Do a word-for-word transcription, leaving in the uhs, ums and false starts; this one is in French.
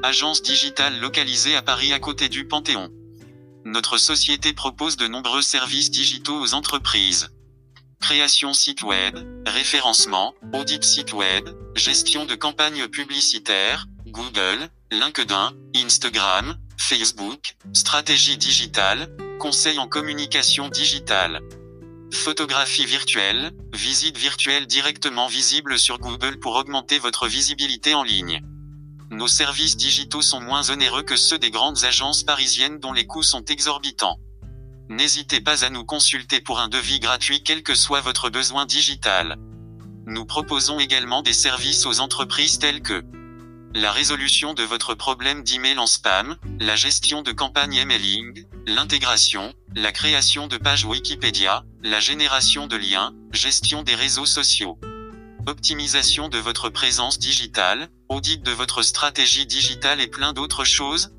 agence digitale localisée à Paris à côté du Panthéon. Notre société propose de nombreux services digitaux aux entreprises. Création site web, référencement, audit site web, gestion de campagnes publicitaires, Google, LinkedIn, Instagram, Facebook, stratégie digitale, conseil en communication digitale. Photographie virtuelle, visite virtuelle directement visible sur Google pour augmenter votre visibilité en ligne. Nos services digitaux sont moins onéreux que ceux des grandes agences parisiennes dont les coûts sont exorbitants. N'hésitez pas à nous consulter pour un devis gratuit quel que soit votre besoin digital. Nous proposons également des services aux entreprises tels que la résolution de votre problème d'email en spam, la gestion de campagnes emailing, l'intégration, la création de pages Wikipédia, la génération de liens, gestion des réseaux sociaux, optimisation de votre présence digitale, audit de votre stratégie digitale et plein d'autres choses.